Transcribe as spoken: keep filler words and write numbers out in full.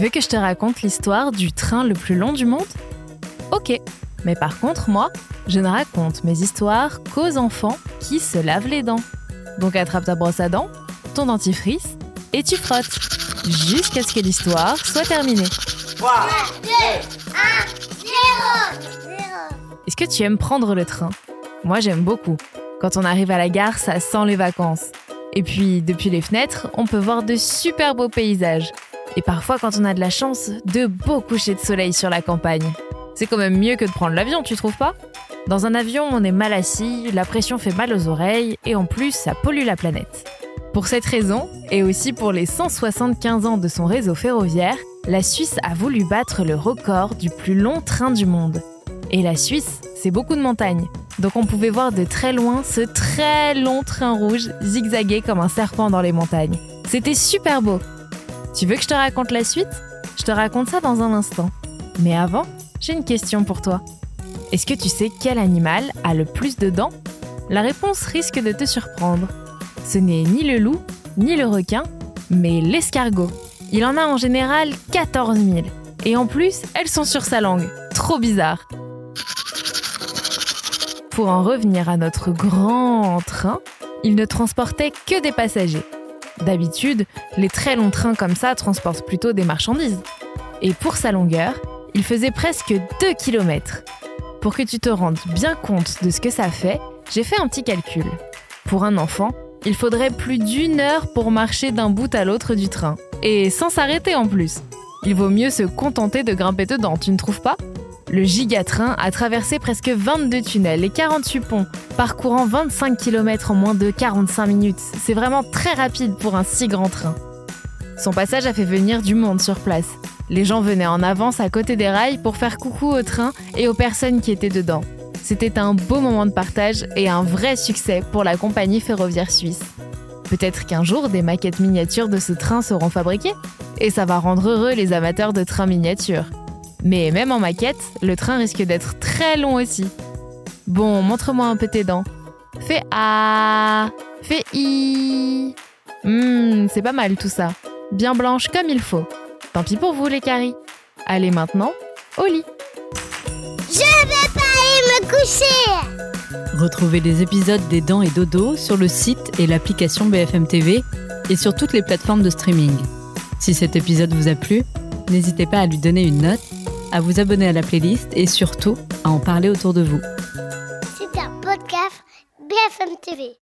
veux que je te raconte l'histoire du train le plus long du monde ? Ok, mais par contre, moi, je ne raconte mes histoires qu'aux enfants qui se lavent les dents. Donc attrape ta brosse à dents, ton dentifrice, et tu frottes, jusqu'à ce que l'histoire soit terminée. trois, deux, un, zéro. Est-ce que tu aimes prendre le train ? Moi, j'aime beaucoup. Quand on arrive à la gare, ça sent les vacances. Et puis, depuis les fenêtres, on peut voir de super beaux paysages. Et parfois, quand on a de la chance, de beaux couchers de soleil sur la campagne. C'est quand même mieux que de prendre l'avion, tu trouves pas ? Dans un avion, on est mal assis, la pression fait mal aux oreilles, et en plus, ça pollue la planète. Pour cette raison, et aussi pour les cent soixante-quinze ans de son réseau ferroviaire, la Suisse a voulu battre le record du plus long train du monde. Et la Suisse, c'est beaucoup de montagnes. Donc on pouvait voir de très loin ce très long train rouge zigzaguer comme un serpent dans les montagnes. C'était super beau. Tu veux que je te raconte la suite ? Je te raconte ça dans un instant. Mais avant, j'ai une question pour toi. Est-ce que tu sais quel animal a le plus de dents ? La réponse risque de te surprendre. Ce n'est ni le loup, ni le requin, mais l'escargot. Il en a en général quatorze mille. Et en plus, elles sont sur sa langue. Trop bizarre. Pour en revenir à notre grand train, il ne transportait que des passagers. D'habitude, les très longs trains comme ça transportent plutôt des marchandises. Et pour sa longueur, il faisait presque deux kilomètres. Pour que tu te rendes bien compte de ce que ça fait, j'ai fait un petit calcul. Pour un enfant, il faudrait plus d'une heure pour marcher d'un bout à l'autre du train. Et sans s'arrêter en plus. Il vaut mieux se contenter de grimper dedans, tu ne trouves pas ? Le gigatrain a traversé presque vingt-deux tunnels et quarante-huit ponts, parcourant vingt-cinq kilomètres en moins de quarante-cinq minutes. C'est vraiment très rapide pour un si grand train. Son passage a fait venir du monde sur place. Les gens venaient en avance à côté des rails pour faire coucou au train et aux personnes qui étaient dedans. C'était un beau moment de partage et un vrai succès pour la compagnie ferroviaire suisse. Peut-être qu'un jour, des maquettes miniatures de ce train seront fabriquées. Et ça va rendre heureux les amateurs de trains miniatures. Mais même en maquette, le train risque d'être très long aussi. Bon, montre-moi un peu tes dents. Fais A, fais I. Hum, c'est pas mal tout ça. Bien blanche comme il faut. Tant pis pour vous les caries. Allez maintenant, au lit. Je vais pas aller me coucher. Retrouvez les épisodes des Dents et Dodo sur le site et l'application B F M T V et sur toutes les plateformes de streaming. Si cet épisode vous a plu, n'hésitez pas à lui donner une note, à vous abonner à la playlist et surtout à en parler autour de vous. C'est un podcast B F M T V.